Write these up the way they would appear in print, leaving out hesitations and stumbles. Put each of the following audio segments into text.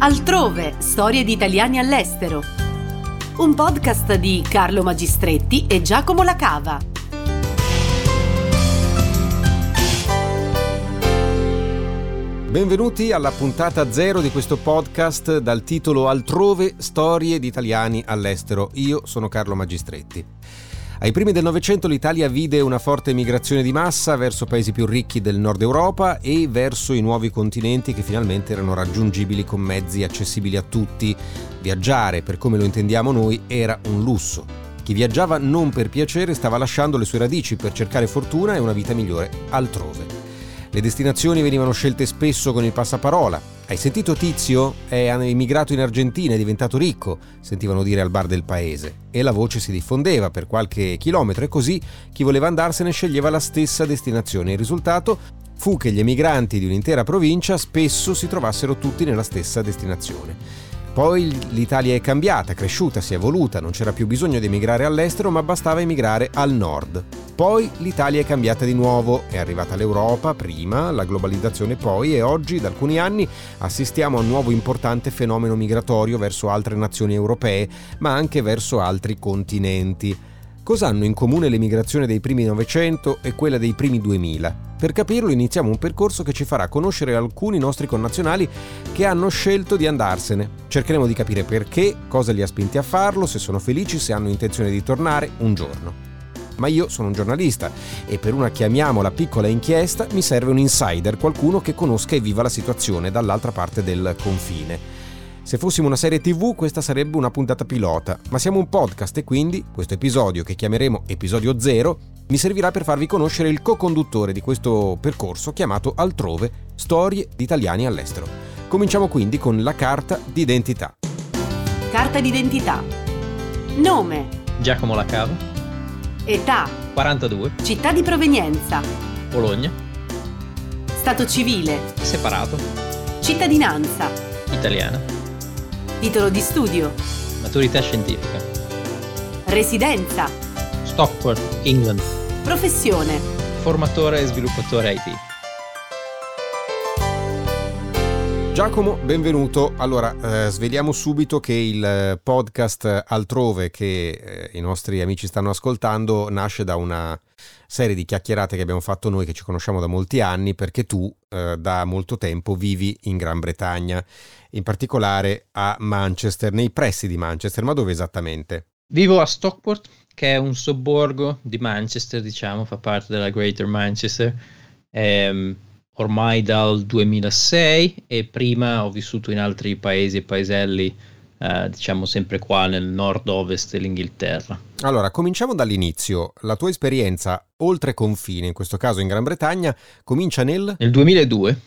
Altrove, storie di italiani all'estero. Un podcast di Carlo Magistretti e Giacomo Lacava. Benvenuti alla puntata 0 di questo podcast dal titolo Altrove, storie di italiani all'estero. Io sono Carlo Magistretti. Ai primi del Novecento l'Italia vide una forte migrazione di massa verso paesi più ricchi del nord Europa e verso i nuovi continenti che finalmente erano raggiungibili con mezzi accessibili a tutti. Viaggiare, per come lo intendiamo noi, era un lusso. Chi viaggiava non per piacere stava lasciando le sue radici per cercare fortuna e una vita migliore altrove. Le destinazioni venivano scelte spesso con il passaparola. Hai sentito Tizio? È emigrato in Argentina, è diventato ricco, sentivano dire al bar del paese. E la voce si diffondeva per qualche chilometro e così chi voleva andarsene sceglieva la stessa destinazione. Il risultato fu che gli emigranti di un'intera provincia spesso si trovassero tutti nella stessa destinazione. Poi l'Italia è cambiata, cresciuta, si è evoluta, non c'era più bisogno di emigrare all'estero ma bastava emigrare al nord. Poi l'Italia è cambiata di nuovo, è arrivata l'Europa prima, la globalizzazione poi e oggi da alcuni anni assistiamo a un nuovo importante fenomeno migratorio verso altre nazioni europee ma anche verso altri continenti. Cosa hanno in comune l'emigrazione dei primi Novecento e quella dei primi 2000? Per capirlo iniziamo un percorso che ci farà conoscere alcuni nostri connazionali che hanno scelto di andarsene. Cercheremo di capire perché, cosa li ha spinti a farlo, se sono felici, se hanno intenzione di tornare un giorno. Ma io sono un giornalista e per una, chiamiamola, piccola inchiesta mi serve un insider, qualcuno che conosca e viva la situazione dall'altra parte del confine. Se fossimo una serie TV, questa sarebbe una puntata pilota, ma siamo un podcast e quindi questo episodio, che chiameremo episodio 0, mi servirà per farvi conoscere il co-conduttore di questo percorso chiamato Altrove, storie di italiani all'estero. Cominciamo quindi con la carta d'identità. Carta d'identità. Nome. Giacomo Lacava. Età. 42. Città di provenienza. Bologna. Stato civile. Separato. Cittadinanza. Italiana. Titolo di studio. Maturità scientifica. Residenza. Stockport, England. Professione. Formatore e sviluppatore IT. Giacomo, benvenuto. Allora, sveliamo subito che il podcast Altrove che i nostri amici stanno ascoltando nasce da una serie di chiacchierate che abbiamo fatto noi, che ci conosciamo da molti anni, perché tu da molto tempo vivi in Gran Bretagna, in particolare a Manchester, nei pressi di Manchester. Ma dove esattamente? Vivo a Stockport, che è un sobborgo di Manchester, diciamo, fa parte della Greater Manchester. Ormai dal 2006 e prima ho vissuto in altri paesi e paeselli, diciamo sempre qua nel nord-ovest dell'Inghilterra. Allora, cominciamo dall'inizio. La tua esperienza oltre confine, in questo caso in Gran Bretagna, comincia nel 2002,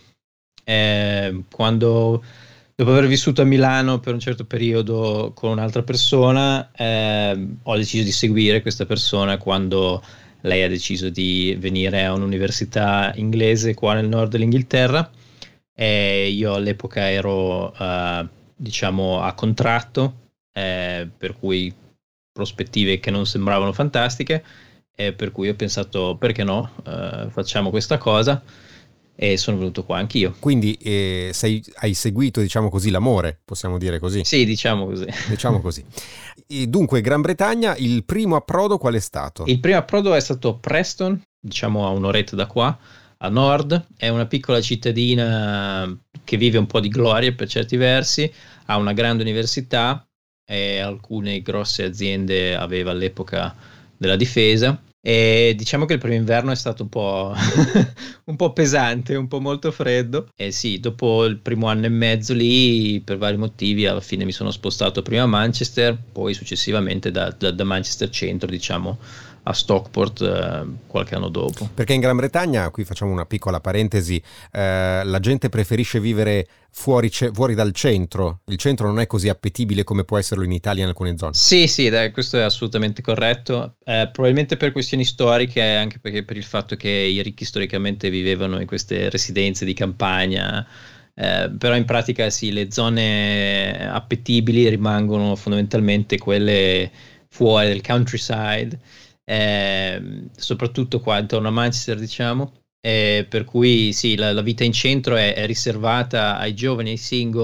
quando, dopo aver vissuto a Milano per un certo periodo con un'altra persona, ho deciso di seguire questa persona quando lei ha deciso di venire a un'università inglese qua nel nord dell'Inghilterra e io all'epoca ero diciamo a contratto, per cui prospettive che non sembravano fantastiche, per cui ho pensato perché no, facciamo questa cosa e sono venuto qua anch'io. Quindi hai seguito, diciamo così, l'amore, possiamo dire così? Sì, diciamo così. Diciamo così. E dunque, Gran Bretagna, il primo approdo qual è stato? Il primo approdo è stato Preston, diciamo a un'oretta da qua, a nord. È una piccola cittadina che vive un po' di gloria per certi versi, ha una grande università e alcune grosse aziende aveva all'epoca della difesa. E diciamo che il primo inverno è stato un po' un po' pesante, un po' molto freddo. E sì, dopo il primo anno e mezzo lì, per vari motivi, alla fine mi sono spostato prima a Manchester, poi successivamente da Manchester centro, diciamo, a Stockport qualche anno dopo. Perché in Gran Bretagna, qui facciamo una piccola parentesi, la gente preferisce vivere fuori dal centro. Il centro non è così appetibile come può esserlo in Italia in alcune zone. Sì, dai, questo è assolutamente corretto. Probabilmente per questioni storiche, anche perché per il fatto che i ricchi storicamente vivevano in queste residenze di campagna. Però in pratica sì, le zone appetibili rimangono fondamentalmente quelle fuori del countryside. Soprattutto qua intorno a Manchester, diciamo, per cui sì, la vita in centro è riservata ai giovani, ai single,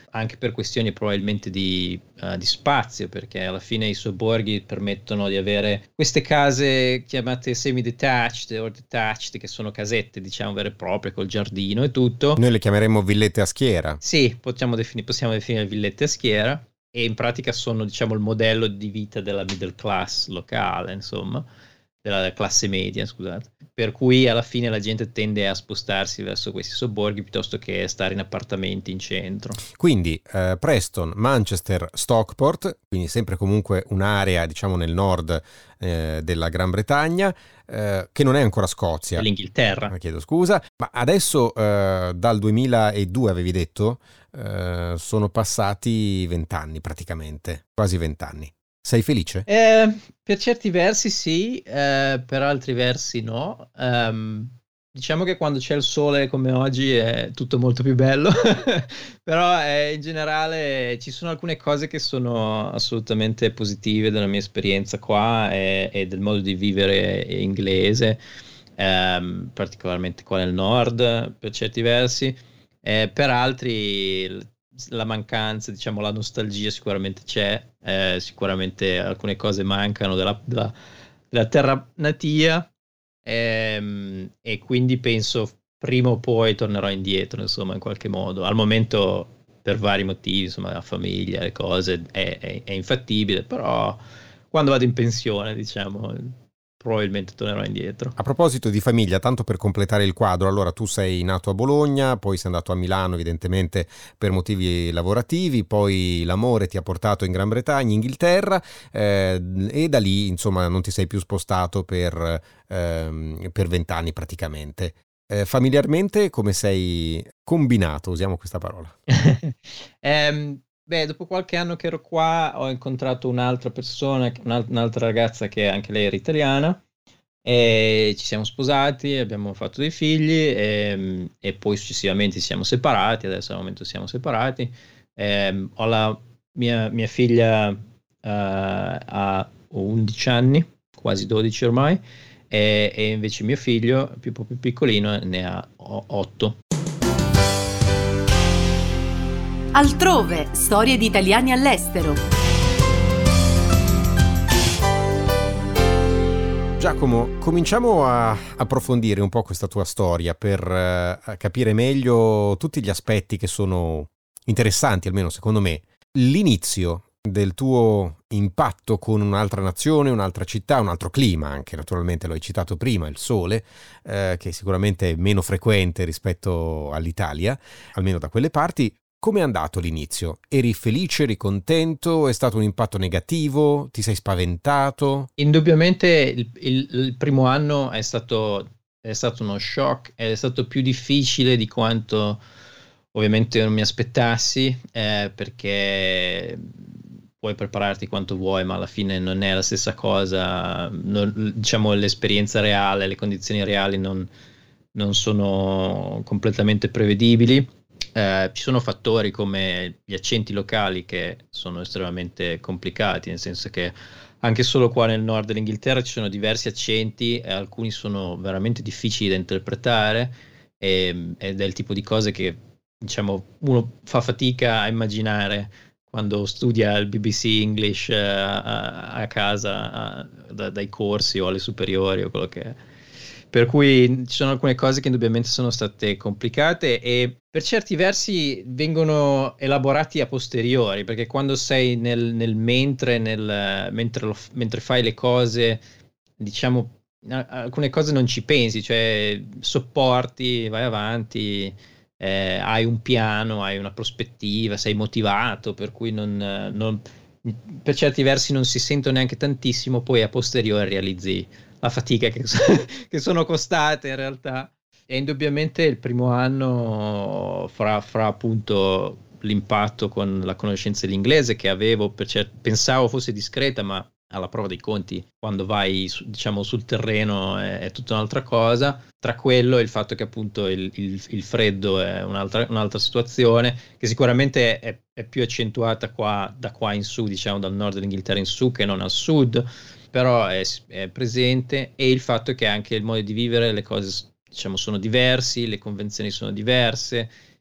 anche per questioni probabilmente di spazio, perché alla fine i sobborghi permettono di avere queste case chiamate semi-detached o detached, che sono casette, diciamo, vere e proprie, col giardino e tutto. Noi le chiameremmo villette a schiera. Sì, possiamo definire villette a schiera, e in pratica sono, diciamo, il modello di vita della middle class locale, insomma, della classe media, scusate. Per cui alla fine la gente tende a spostarsi verso questi sobborghi piuttosto che stare in appartamenti in centro. Quindi Preston, Manchester, Stockport, quindi sempre comunque un'area, diciamo, nel nord della Gran Bretagna, che non è ancora Scozia. L'Inghilterra. Chiedo scusa, ma adesso dal 2002 avevi detto, sono passati 20 anni praticamente, quasi 20 anni. Sei felice? Per certi versi sì, per altri versi no. Diciamo che quando c'è il sole come oggi è tutto molto più bello, però in generale ci sono alcune cose che sono assolutamente positive della mia esperienza qua e del modo di vivere inglese, particolarmente qua nel nord per certi versi. Per altri la mancanza, diciamo, la nostalgia sicuramente c'è, sicuramente alcune cose mancano della terra natia, e quindi penso prima o poi tornerò indietro, insomma, in qualche modo. Al momento, per vari motivi, insomma, la famiglia, le cose, è infattibile, però quando vado in pensione, diciamo, probabilmente tornerò indietro. A proposito di famiglia, tanto per completare il quadro, allora tu sei nato a Bologna, poi sei andato a Milano evidentemente per motivi lavorativi, poi l'amore ti ha portato in Gran Bretagna, Inghilterra, e da lì insomma non ti sei più spostato per 20 anni praticamente. Familiarmente come sei combinato, usiamo questa parola? Beh, dopo qualche anno che ero qua ho incontrato un'altra persona, un'altra ragazza che anche lei era italiana, e ci siamo sposati, abbiamo fatto dei figli e poi successivamente ci siamo separati. Adesso al momento siamo separati. Ho la mia figlia, ha 11 anni, quasi 12 ormai, e invece mio figlio, più piccolino, ne ha 8. Altrove, storie di italiani all'estero. Giacomo, cominciamo a approfondire un po' questa tua storia per capire meglio tutti gli aspetti che sono interessanti, almeno secondo me. L'inizio del tuo impatto con un'altra nazione, un'altra città, un altro clima anche, naturalmente lo hai citato prima, il sole, che sicuramente è meno frequente rispetto all'Italia, almeno da quelle parti. Come è andato l'inizio? Eri felice, eri contento? È stato un impatto negativo? Ti sei spaventato? Indubbiamente il primo anno è stato uno shock, ed è stato più difficile di quanto ovviamente non mi aspettassi, perché puoi prepararti quanto vuoi, ma alla fine non è la stessa cosa. Diciamo, l'esperienza reale, le condizioni reali non sono completamente prevedibili. Ci sono fattori come gli accenti locali che sono estremamente complicati, nel senso che anche solo qua nel nord dell'Inghilterra ci sono diversi accenti e alcuni sono veramente difficili da interpretare, ed è il tipo di cose che, diciamo, uno fa fatica a immaginare quando studia il BBC English a casa, dai corsi o alle superiori o quello che è. Per cui ci sono alcune cose che indubbiamente sono state complicate e per certi versi vengono elaborati a posteriori, perché quando sei nel mentre fai le cose, diciamo, alcune cose non ci pensi, cioè sopporti, vai avanti, hai un piano, hai una prospettiva, sei motivato, per cui per certi versi non si sentono neanche tantissimo, poi a posteriori realizzi la fatica che sono costate in realtà. E indubbiamente il primo anno fra appunto l'impatto con la conoscenza dell'inglese che avevo, pensavo fosse discreta, ma alla prova dei conti quando vai diciamo sul terreno è tutta un'altra cosa. Tra quello e il fatto che appunto il freddo è un'altra situazione che sicuramente è più accentuata da qua in su, diciamo dal nord dell'Inghilterra in su, che non al sud, però è presente, e il fatto che anche il modo di vivere, le cose, diciamo, sono diversi, le convenzioni sono diverse,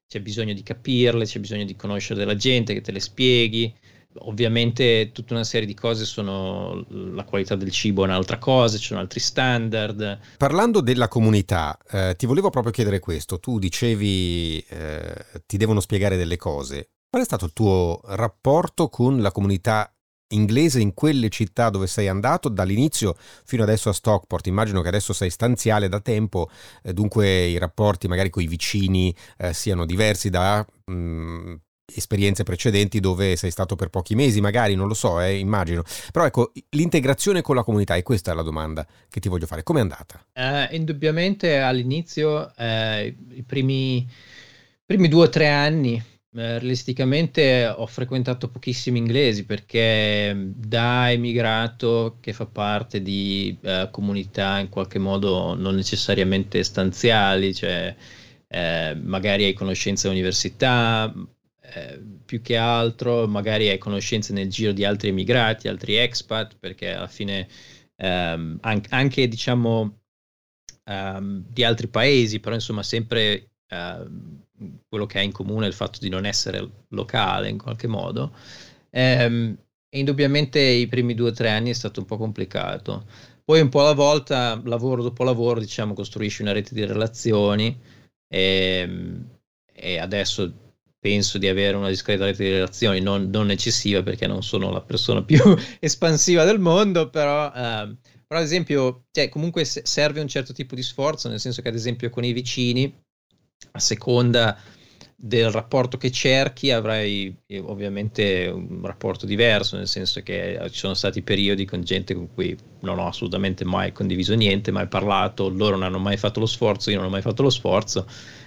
c'è bisogno di capirle, c'è bisogno di conoscere della gente che te le spieghi. Ovviamente tutta una serie di cose sono, la qualità del cibo è un'altra cosa, ci sono altri standard. Parlando della comunità, ti volevo proprio chiedere questo. Tu dicevi ti devono spiegare delle cose. Qual è stato il tuo rapporto con la comunità inglese in quelle città dove sei andato dall'inizio fino adesso a Stockport? Immagino che adesso sei stanziale da tempo, dunque i rapporti magari con i vicini siano diversi da esperienze precedenti dove sei stato per pochi mesi, magari, non lo so, immagino. Però ecco, l'integrazione con la comunità, e questa è la domanda che ti voglio fare. Com'è andata? Indubbiamente all'inizio, i primi 2 o 3 anni, realisticamente ho frequentato pochissimi inglesi, perché da emigrato che fa parte di comunità in qualche modo non necessariamente stanziali, cioè magari hai conoscenze all'università, più che altro magari hai conoscenze nel giro di altri emigrati, altri expat, perché alla fine anche diciamo di altri paesi, però insomma sempre quello che ha in comune è il fatto di non essere locale in qualche modo. E indubbiamente i primi 2 o 3 anni è stato un po' complicato. Poi un po' alla volta, lavoro dopo lavoro, diciamo, costruisci una rete di relazioni, e adesso penso di avere una discreta rete di relazioni, non eccessiva, perché non sono la persona più espansiva del mondo, però ad esempio, cioè, comunque serve un certo tipo di sforzo, nel senso che ad esempio con i vicini, a seconda del rapporto che cerchi, avrai ovviamente un rapporto diverso, nel senso che ci sono stati periodi con gente con cui non ho assolutamente mai condiviso niente, mai parlato, loro non hanno mai fatto lo sforzo, io non ho mai fatto lo sforzo.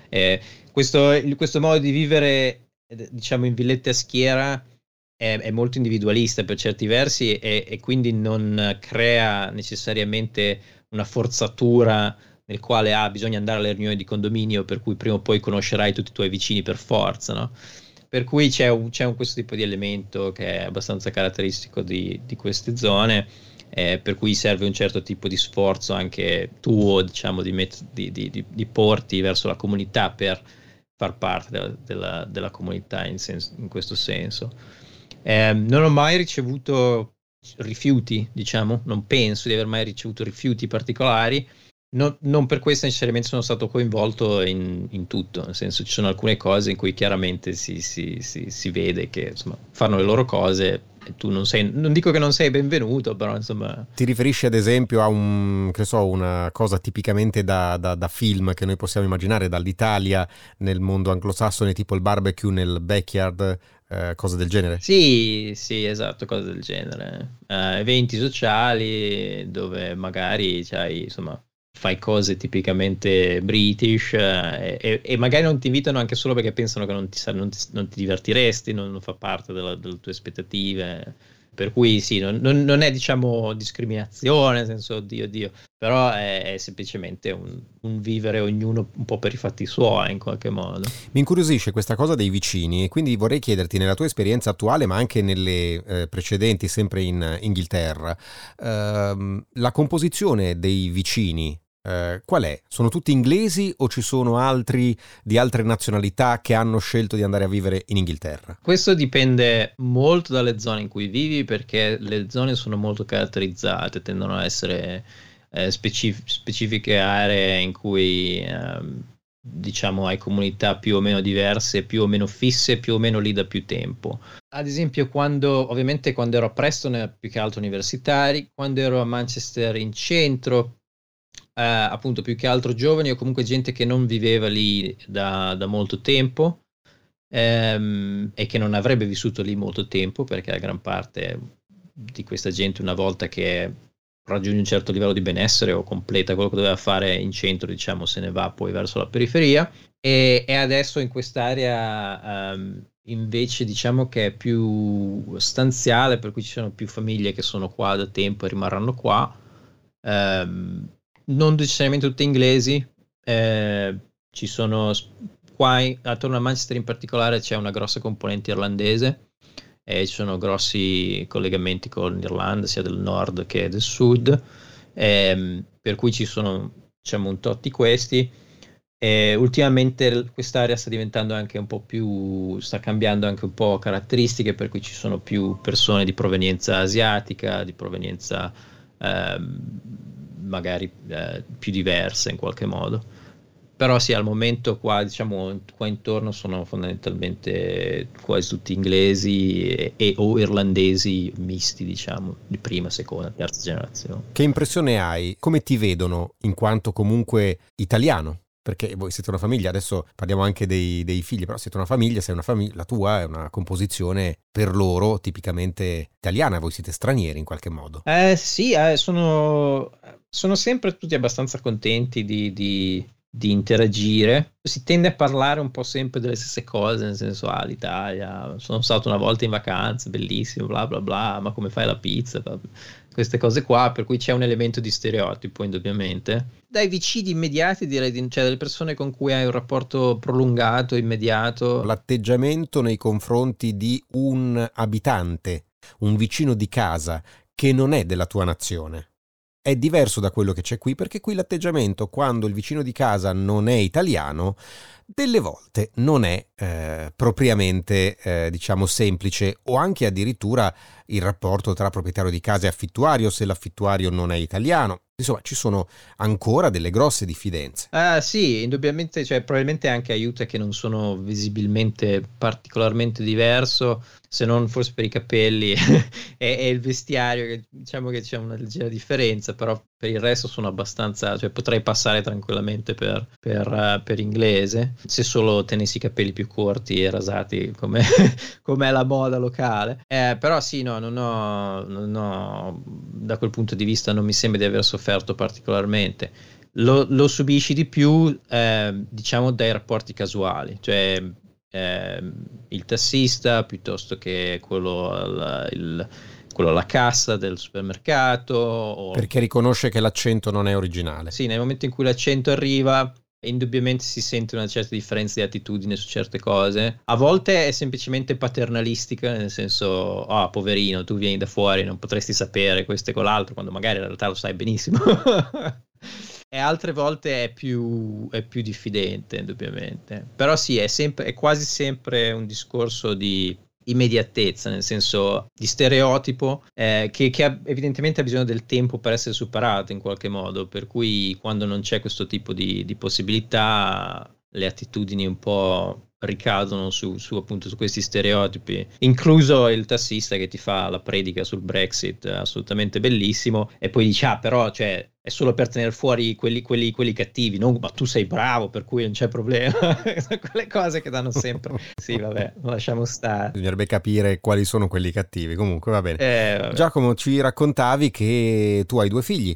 Questo modo di vivere, diciamo, in villette a schiera è molto individualista per certi versi, e quindi non crea necessariamente una forzatura nel quale bisogna andare alle riunioni di condominio, per cui prima o poi conoscerai tutti i tuoi vicini per forza, no? Per cui c'è questo tipo di elemento che è abbastanza caratteristico di queste zone, per cui serve un certo tipo di sforzo anche tuo, diciamo, di porti verso la comunità per far parte della comunità in questo senso. Non ho mai ricevuto rifiuti, diciamo, non penso di aver mai ricevuto rifiuti particolari. Non per questo necessariamente sono stato coinvolto in tutto, nel senso, ci sono alcune cose in cui chiaramente si vede che insomma fanno le loro cose e tu non dico che non sei benvenuto, però insomma. Ti riferisci ad esempio a una cosa tipicamente da film che noi possiamo immaginare dall'Italia nel mondo anglosassone, tipo il barbecue nel backyard, cose del genere? Sì, esatto, cose del genere. Eventi sociali dove magari insomma, fai cose tipicamente British, e magari non ti invitano anche solo perché pensano che non ti divertiresti, non fa parte delle tue aspettative. Per cui sì, non è, diciamo, discriminazione, nel senso, oddio, però è semplicemente un vivere ognuno un po' per i fatti suoi in qualche modo. Mi incuriosisce questa cosa dei vicini, e quindi vorrei chiederti, nella tua esperienza attuale ma anche nelle precedenti, sempre in Inghilterra, la composizione dei vicini qual è? Sono tutti inglesi o ci sono altri di altre nazionalità che hanno scelto di andare a vivere in Inghilterra? Questo dipende molto dalle zone in cui vivi, perché le zone sono molto caratterizzate, tendono a essere specifiche aree in cui diciamo hai comunità più o meno diverse, più o meno fisse, più o meno lì da più tempo. Ad esempio ovviamente quando ero a Preston, più che altro universitari, quando ero a Manchester in centro, appunto più che altro giovani, o comunque gente che non viveva lì da molto tempo, e che non avrebbe vissuto lì molto tempo, perché la gran parte di questa gente, una volta che raggiunge un certo livello di benessere o completa quello che doveva fare in centro, diciamo, se ne va poi verso la periferia, e adesso in quest'area invece diciamo che è più stanziale, per cui ci sono più famiglie che sono qua da tempo e rimarranno qua, non necessariamente tutte inglesi, ci sono qua attorno a Manchester in particolare c'è una grossa componente irlandese, e ci sono grossi collegamenti con l'Irlanda sia del nord che del sud, per cui ci sono, diciamo, un tot di questi, E ultimamente quest'area sta diventando anche un po' sta cambiando anche un po' caratteristiche, per cui ci sono più persone di provenienza asiatica, di provenienza magari più diversa in qualche modo. Però sì, al momento qua, diciamo, qua intorno sono fondamentalmente quasi tutti inglesi o irlandesi misti, diciamo, di prima, seconda, terza generazione. Che impressione hai? Come ti vedono in quanto comunque italiano? Perché voi siete una famiglia, adesso parliamo anche dei figli, però siete una famiglia, sei una famiglia, la tua è una composizione per loro tipicamente italiana, voi siete stranieri in qualche modo. Sì, sono sempre tutti abbastanza contenti di interagire. Si tende a parlare un po' sempre delle stesse cose, nel senso, l'Italia, sono stato una volta in vacanza, bellissimo, bla bla bla, ma come fai la pizza? Queste cose qua, per cui c'è un elemento di stereotipo, indubbiamente. Dai vicini immediati, direi, cioè delle persone con cui hai un rapporto prolungato, immediato. L'atteggiamento nei confronti di un abitante, un vicino di casa che non è della tua nazione, è diverso da quello che c'è qui, perché qui l'atteggiamento, quando il vicino di casa non è italiano, delle volte non è propriamente diciamo semplice, o anche addirittura il rapporto tra proprietario di casa e affittuario, se l'affittuario non è italiano. Insomma, ci sono ancora delle grosse diffidenze. Sì, indubbiamente, cioè probabilmente anche aiuta che non sono visibilmente particolarmente diverso, se non forse per i capelli e il vestiario, che diciamo che c'è una leggera differenza, però per il resto sono abbastanza, cioè potrei passare tranquillamente per inglese, se solo tenessi i capelli più corti e rasati come è la moda locale. Però sì, no, non ho, da quel punto di vista non mi sembra di aver sofferto particolarmente. Lo subisci di più, diciamo, dai rapporti casuali, cioè il tassista piuttosto che quello alla cassa del supermercato. Perché riconosce che l'accento non è originale. Sì, nel momento in cui l'accento arriva, indubbiamente si sente una certa differenza di attitudine su certe cose. A volte è semplicemente paternalistica, nel senso, poverino, tu vieni da fuori, non potresti sapere questo e quell'altro, quando magari in realtà lo sai benissimo. E altre volte è più diffidente, indubbiamente. Però sì, è quasi sempre un discorso di immediatezza, nel senso di stereotipo, che evidentemente ha bisogno del tempo per essere superato in qualche modo, per cui quando non c'è questo tipo di possibilità, le attitudini un po' ricadono su appunto su questi stereotipi, incluso il tassista che ti fa la predica sul Brexit, assolutamente bellissimo, e poi dici però, cioè, è solo per tenere fuori quelli cattivi, non, ma tu sei bravo, per cui non c'è problema. Sono quelle cose che danno sempre. Sì, vabbè, lo lasciamo stare. Bisognerebbe capire quali sono quelli cattivi. Comunque va bene. Vabbè. Giacomo, ci raccontavi che tu hai 2 figli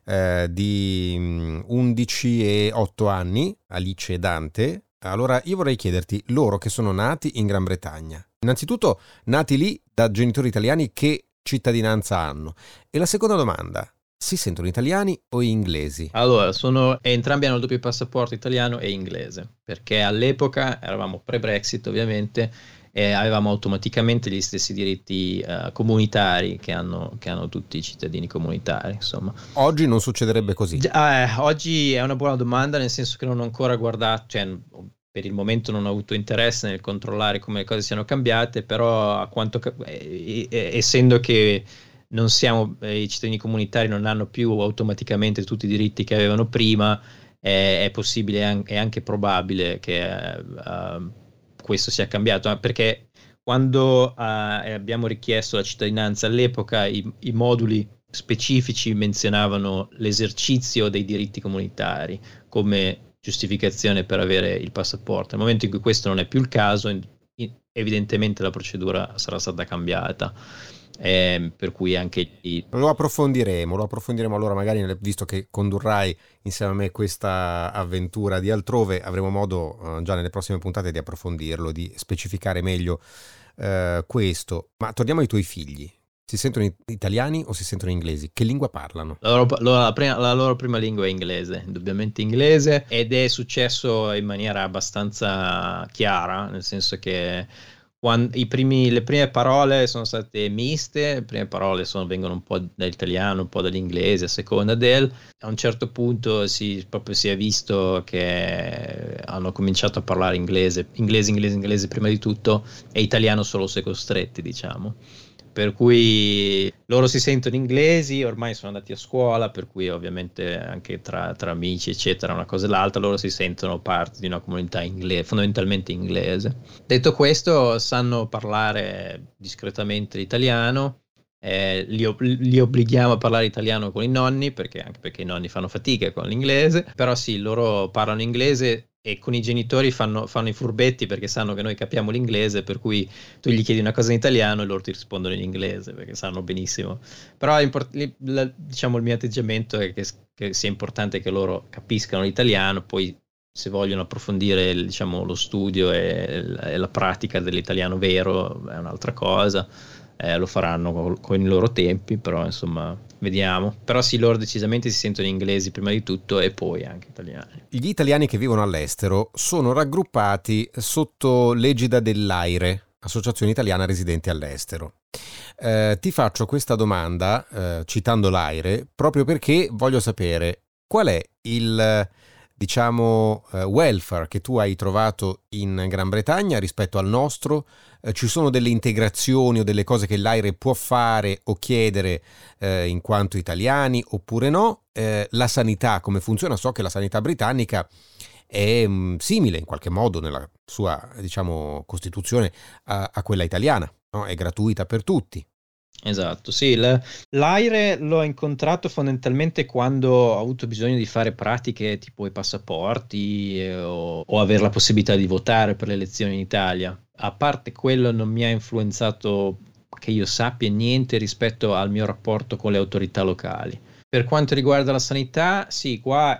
di 11 e 8 anni, Alice e Dante. Allora io vorrei chiederti, loro che sono nati in Gran Bretagna, innanzitutto nati lì da genitori italiani, che cittadinanza hanno? E la seconda domanda, si sentono italiani o inglesi? Allora, entrambi hanno il doppio passaporto italiano e inglese, perché all'epoca eravamo pre-Brexit ovviamente, e avevamo automaticamente gli stessi diritti comunitari che hanno tutti i cittadini comunitari, insomma. Oggi non succederebbe così? Oggi è una buona domanda, nel senso che non ho ancora guardato, cioè per il momento non ho avuto interesse nel controllare come le cose siano cambiate, però essendo che non siamo, i cittadini comunitari non hanno più automaticamente tutti i diritti che avevano prima, è possibile, è anche probabile che questo sia cambiato, perché quando abbiamo richiesto la cittadinanza all'epoca, i moduli specifici menzionavano l'esercizio dei diritti comunitari come giustificazione per avere il passaporto. Nel momento in cui questo non è più il caso, evidentemente la procedura sarà stata cambiata. Per cui anche lo approfondiremo allora, magari, visto che condurrai insieme a me questa avventura di Altrove, avremo modo già nelle prossime puntate di approfondirlo, di specificare meglio questo. Ma torniamo ai tuoi figli. Si sentono italiani o si sentono inglesi? Che lingua parlano? La loro prima lingua è inglese, indubbiamente inglese, ed è successo in maniera abbastanza chiara, nel senso che le prime parole sono state miste, le prime parole vengono un po' dall'italiano, un po' dall'inglese, a seconda a un certo punto si è visto che hanno cominciato a parlare inglese prima di tutto, e italiano solo se costretti, diciamo. Per cui loro si sentono inglesi, ormai sono andati a scuola, per cui ovviamente anche tra amici eccetera, una cosa e l'altra, loro si sentono parte di una comunità inglese, fondamentalmente inglese. Detto questo, sanno parlare discretamente l'italiano, li obblighiamo a parlare italiano con i nonni, anche perché i nonni fanno fatica con l'inglese, però sì, loro parlano inglese e con i genitori fanno i furbetti perché sanno che noi capiamo l'inglese, per cui tu gli chiedi una cosa in italiano e loro ti rispondono in inglese perché sanno benissimo. Però diciamo il mio atteggiamento è che sia importante che loro capiscano l'italiano, poi se vogliono approfondire diciamo lo studio e la pratica dell'italiano vero è un'altra cosa. Lo faranno con i loro tempi, però insomma vediamo. Però sì, loro decisamente si sentono inglesi prima di tutto e poi anche italiani. Gli italiani che vivono all'estero sono raggruppati sotto l'egida dell'AIRE, Associazione Italiana Residenti All'Estero. Ti faccio questa domanda citando l'AIRE proprio perché voglio sapere qual è il welfare che tu hai trovato in Gran Bretagna rispetto al nostro. Ci sono delle integrazioni o delle cose che l'AIRE può fare o chiedere in quanto italiani oppure no? La sanità come funziona? So che la sanità britannica è simile in qualche modo nella sua costituzione a quella italiana, no? È gratuita per tutti. Esatto, sì, l'AIRE l'ho incontrato fondamentalmente quando ho avuto bisogno di fare pratiche tipo i passaporti o avere la possibilità di votare per le elezioni in Italia. A parte quello non mi ha influenzato, che io sappia, niente rispetto al mio rapporto con le autorità locali. Per quanto riguarda la sanità, sì, qua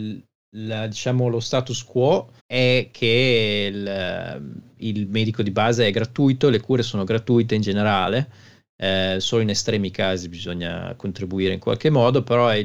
lo status quo è che il medico di base è gratuito, le cure sono gratuite in generale. Solo in estremi casi bisogna contribuire in qualche modo, però è il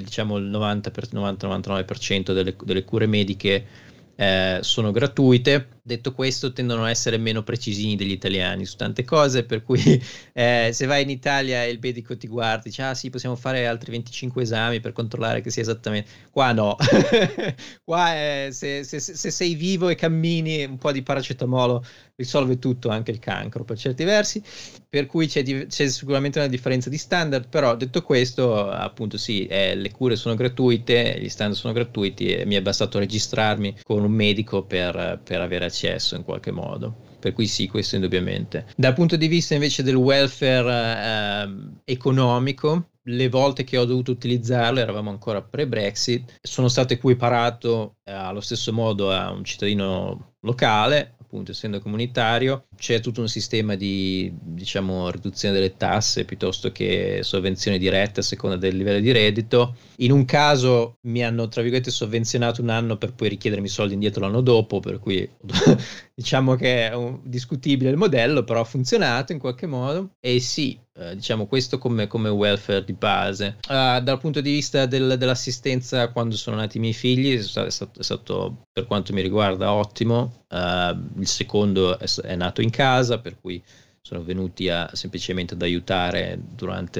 90-99% delle cure mediche sono gratuite. Detto questo, tendono a essere meno precisini degli italiani su tante cose, per cui se vai in Italia e il medico ti guarda, dice ah sì, possiamo fare altri 25 esami per controllare che sia esattamente. Qua no. Qua se sei vivo e cammini, un po' di paracetamolo risolve tutto, anche il cancro per certi versi, per cui c'è sicuramente una differenza di standard. Però detto questo, appunto sì, le cure sono gratuite, gli standard sono gratuiti e mi è bastato registrarmi con un medico per avere accesso in qualche modo. Per cui sì, questo indubbiamente. Dal punto di vista invece del welfare economico, le volte che ho dovuto utilizzarlo, eravamo ancora pre-Brexit, sono stato equiparato allo stesso modo a un cittadino locale, appunto essendo comunitario. C'è tutto un sistema di riduzione delle tasse piuttosto che sovvenzione diretta a seconda del livello di reddito. In un caso mi hanno tra virgolette sovvenzionato un anno per poi richiedermi soldi indietro l'anno dopo, per cui diciamo che è discutibile il modello, però ha funzionato in qualche modo. E sì, questo come welfare di base. Dal punto di vista dell'assistenza quando sono nati i miei figli è stato per quanto mi riguarda ottimo. Il secondo è nato in casa, per cui sono venuti semplicemente ad aiutare durante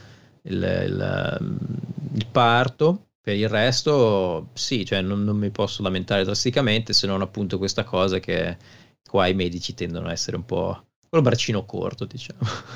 il parto. Per il resto sì, non mi posso lamentare drasticamente, se non appunto questa cosa che qua i medici tendono a essere un po' col braccino corto, diciamo.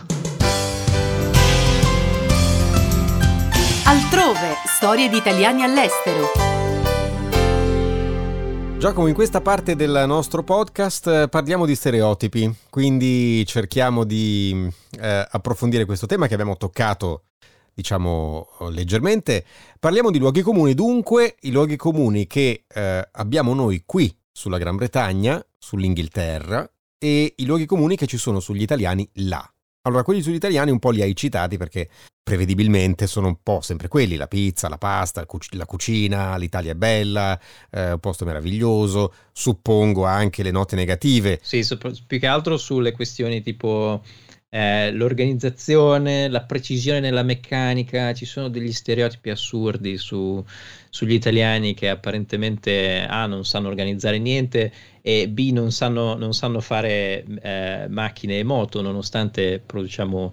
Altrove, storie di italiani all'estero. Giacomo, in questa parte del nostro podcast parliamo di stereotipi, quindi cerchiamo di approfondire questo tema che abbiamo toccato, leggermente. Parliamo di luoghi comuni, dunque i luoghi comuni che abbiamo noi qui sulla Gran Bretagna, sull'Inghilterra, e i luoghi comuni che ci sono sugli italiani là. Allora, quelli sugli italiani un po' li hai citati perché prevedibilmente sono un po' sempre quelli: la pizza, la pasta, la cucina, l'Italia è bella, un posto meraviglioso, suppongo anche le note negative. Sì, più che altro sulle questioni tipo l'organizzazione, la precisione nella meccanica. Ci sono degli stereotipi assurdi sugli italiani che apparentemente A non sanno organizzare niente e B non sanno fare macchine e moto, nonostante produciamo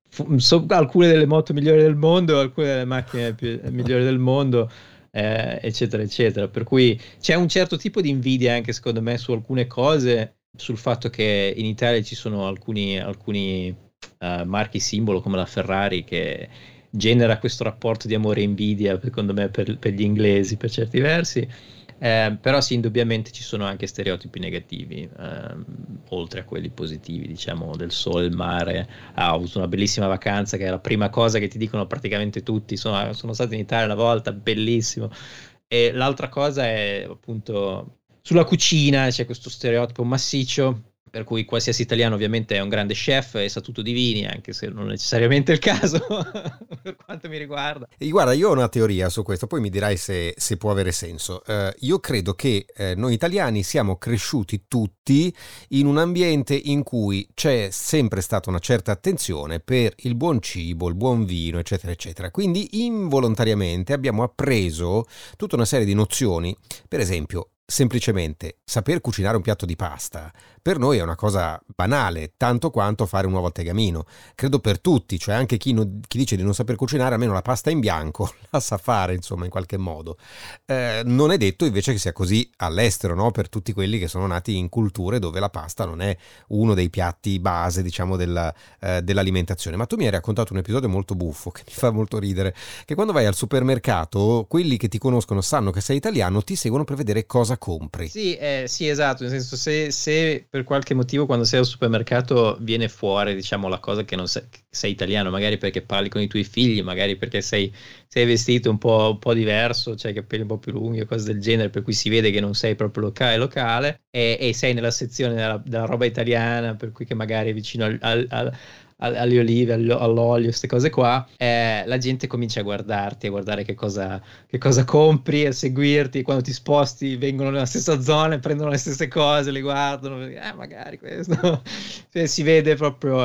alcune delle moto migliori del mondo, alcune delle macchine migliori del mondo, eccetera, eccetera. Per cui c'è un certo tipo di invidia anche secondo me su alcune cose, sul fatto che in Italia ci sono alcuni marchi simbolo come la Ferrari che genera questo rapporto di amore e invidia, secondo me, per gli inglesi per certi versi. Però sì, indubbiamente ci sono anche stereotipi negativi, oltre a quelli positivi, diciamo, del sole, il mare. Ho avuto una bellissima vacanza, che è la prima cosa che ti dicono praticamente tutti. Sono stato in Italia una volta, bellissimo. E l'altra cosa è appunto sulla cucina, c'è questo stereotipo massiccio, per cui qualsiasi italiano ovviamente è un grande chef e sa tutto di vini, anche se non è necessariamente il caso per quanto mi riguarda. E guarda, io ho una teoria su questo, poi mi dirai se può avere senso. Io credo che noi italiani siamo cresciuti tutti in un ambiente in cui c'è sempre stata una certa attenzione per il buon cibo, il buon vino, eccetera, eccetera. Quindi involontariamente abbiamo appreso tutta una serie di nozioni, per esempio, semplicemente saper cucinare un piatto di pasta per noi è una cosa banale, tanto quanto fare un uovo al tegamino. Credo per tutti, cioè anche chi dice di non saper cucinare, almeno la pasta in bianco la sa fare, insomma, in qualche modo. Non è detto invece che sia così all'estero, no? Per tutti quelli che sono nati in culture dove la pasta non è uno dei piatti base, diciamo, dell'alimentazione. Ma tu mi hai raccontato un episodio molto buffo, che mi fa molto ridere, che quando vai al supermercato, quelli che ti conoscono sanno che sei italiano, ti seguono per vedere cosa compri. Sì, sì, esatto, nel senso se per qualche motivo quando sei al supermercato viene fuori, diciamo, la cosa che non sei, che sei italiano, magari perché parli con i tuoi figli, magari perché sei vestito un po' diverso, cioè i capelli un po' più lunghi o cose del genere, per cui si vede che non sei proprio locale e sei nella sezione della roba italiana, per cui che magari è vicino alle olive, all'olio, queste cose qua, la gente comincia a guardarti, a guardare che cosa compri, a seguirti, quando ti sposti vengono nella stessa zona, prendono le stesse cose, le guardano, magari questo, cioè, si vede proprio,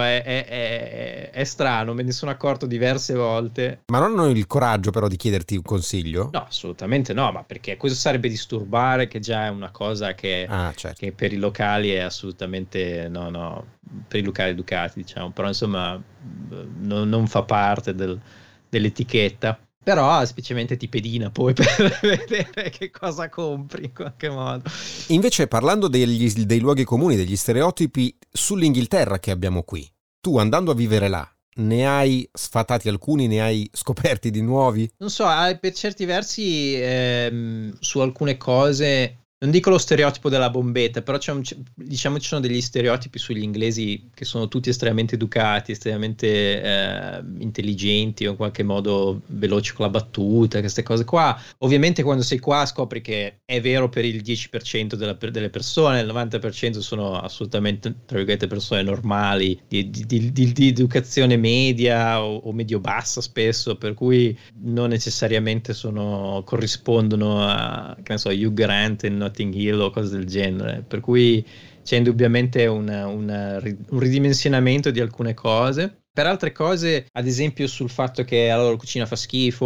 è strano, me ne sono accorto diverse volte. Ma non hanno il coraggio però di chiederti un consiglio? No, assolutamente no, ma perché questo sarebbe disturbare, che già è una cosa che Certo. che per i locali è assolutamente no, per i locali educati, diciamo, però insomma non fa parte dell'etichetta, però semplicemente ti pedina poi per vedere che cosa compri in qualche modo. Invece, parlando dei luoghi comuni, degli stereotipi sull'Inghilterra che abbiamo qui, tu andando a vivere là, ne hai sfatati alcuni, ne hai scoperti di nuovi? Non so, per certi versi su alcune cose, non dico lo stereotipo della bombetta, però diciamo ci sono degli stereotipi sugli inglesi che sono tutti estremamente educati, estremamente intelligenti o in qualche modo veloci con la battuta, queste cose qua. Ovviamente quando sei qua scopri che è vero per il 10% delle persone, il 90% sono assolutamente, tra virgolette, persone normali, di educazione media o medio-bassa spesso, per cui non necessariamente corrispondono a, che ne so, Hugh Grant in Notting Hill o cose del genere, per cui c'è indubbiamente un ridimensionamento di alcune cose. Per altre cose, ad esempio sul fatto che la loro cucina fa schifo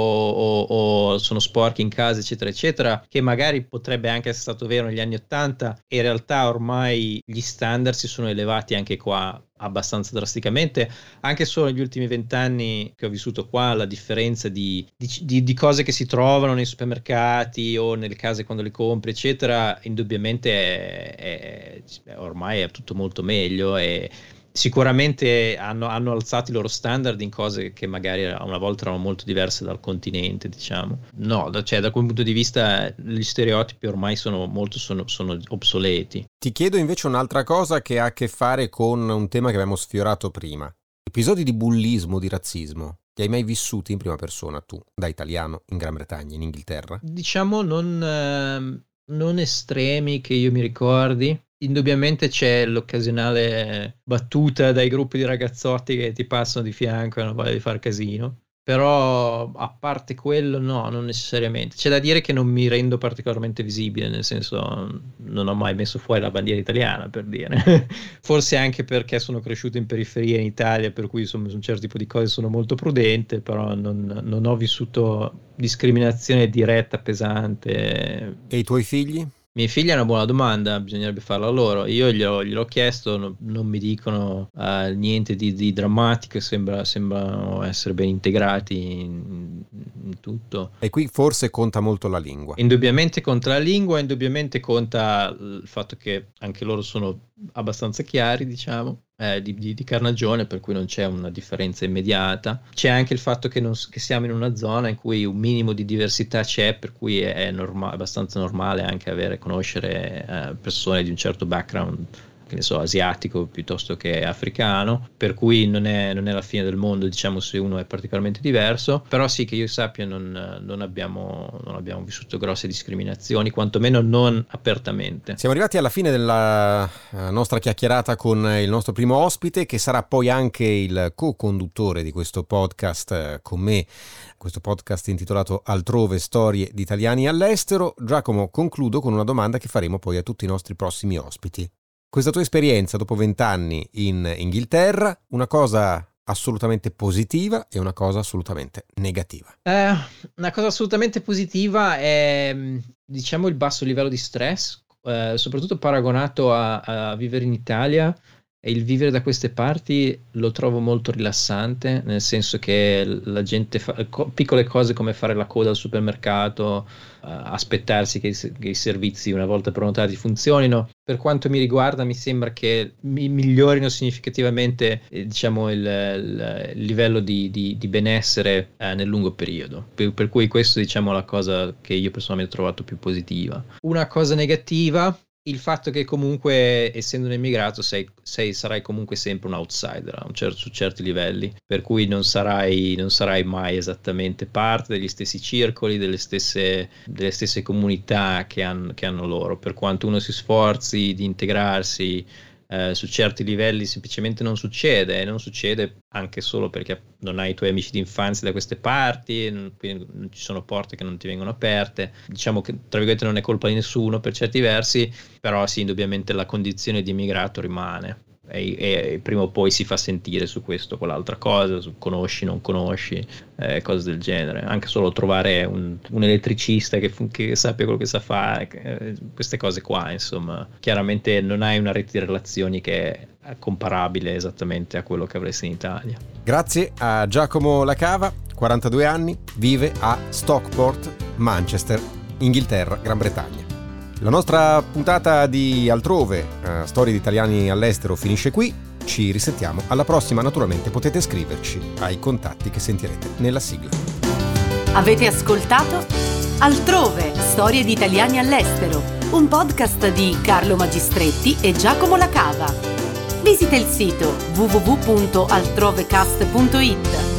o sono sporchi in casa, eccetera, eccetera, che magari potrebbe anche essere stato vero negli anni '80, in realtà ormai gli standard si sono elevati anche qua abbastanza drasticamente. Anche solo negli ultimi 20 anni che ho vissuto qua, la differenza di cose che si trovano nei supermercati o nelle case quando le compri, eccetera, indubbiamente ormai è tutto molto meglio e sicuramente hanno alzato i loro standard in cose che magari una volta erano molto diverse dal continente, diciamo. No, cioè da quel punto di vista gli stereotipi ormai sono obsoleti. Ti chiedo invece un'altra cosa che ha a che fare con un tema che abbiamo sfiorato prima. Episodi di bullismo, di razzismo. Li hai mai vissuti in prima persona tu, da italiano, in Gran Bretagna, in Inghilterra? Diciamo non estremi che io mi ricordi. Indubbiamente c'è l'occasionale battuta dai gruppi di ragazzotti che ti passano di fianco e hanno voglia di far casino. Però a parte quello no, non necessariamente. C'è da dire che non mi rendo particolarmente visibile, nel senso non ho mai messo fuori la bandiera italiana, per dire. Forse anche perché sono cresciuto in periferia in Italia, per cui insomma su un certo tipo di cose sono molto prudente, però non ho vissuto discriminazione diretta, pesante. E i tuoi figli? I miei figli è una buona domanda, bisognerebbe farla loro. Io gliel'ho chiesto, non mi dicono niente di drammatico, sembrano essere ben integrati in tutto. E qui forse conta molto la lingua. Indubbiamente conta la lingua, indubbiamente conta il fatto che anche loro sono abbastanza chiari, diciamo, di carnagione, per cui non c'è una differenza immediata. C'è anche il fatto che siamo in una zona in cui un minimo di diversità c'è, per cui è abbastanza normale anche conoscere persone di un certo background, che ne so, asiatico piuttosto che africano, per cui non è la fine del mondo, diciamo, se uno è particolarmente diverso. Però sì, che io sappia non abbiamo vissuto grosse discriminazioni, quantomeno non apertamente. Siamo arrivati alla fine della nostra chiacchierata con il nostro primo ospite, che sarà poi anche il co-conduttore di questo podcast con me, questo podcast intitolato Altrove, storie di italiani all'estero. Giacomo, concludo con una domanda che faremo poi a tutti i nostri prossimi ospiti. Questa tua esperienza dopo 20 anni in Inghilterra, una cosa assolutamente positiva e una cosa assolutamente negativa? Una cosa assolutamente positiva è, diciamo, il basso livello di stress, soprattutto paragonato a vivere in Italia. E il vivere da queste parti lo trovo molto rilassante, nel senso che la gente fa piccole cose come fare la coda al supermercato, aspettarsi che i servizi una volta prenotati funzionino. Per quanto mi riguarda, mi sembra che migliorino significativamente diciamo il livello di benessere nel lungo periodo, per cui questo, diciamo, è la cosa che io personalmente ho trovato più positiva. Una cosa negativa: il fatto che comunque, essendo un immigrato, sarai comunque sempre un outsider su certi livelli, per cui non sarai mai esattamente parte degli stessi circoli, delle stesse comunità che hanno loro. Per quanto uno si sforzi di integrarsi su certi livelli, semplicemente non succede anche solo perché non hai i tuoi amici d'infanzia da queste parti, quindi non ci sono porte che non ti vengono aperte. Diciamo che, tra virgolette, non è colpa di nessuno per certi versi, però sì, indubbiamente la condizione di immigrato rimane e prima o poi si fa sentire su questo, quell'altra cosa, su conosci, non conosci, cose del genere. Anche solo trovare un elettricista che sappia quello che sa fare, queste cose qua, insomma. Chiaramente non hai una rete di relazioni che è comparabile esattamente a quello che avresti in Italia. Grazie a Giacomo Lacava, 42 anni, vive a Stockport, Manchester, Inghilterra, Gran Bretagna. La nostra puntata di Altrove, storie di italiani all'estero, finisce qui. Ci risentiamo alla prossima. Naturalmente potete scriverci ai contatti che sentirete nella sigla. Avete ascoltato Altrove, storie di italiani all'estero, un podcast di Carlo Magistretti e Giacomo Lacava. Visita il sito www.altrovecast.it.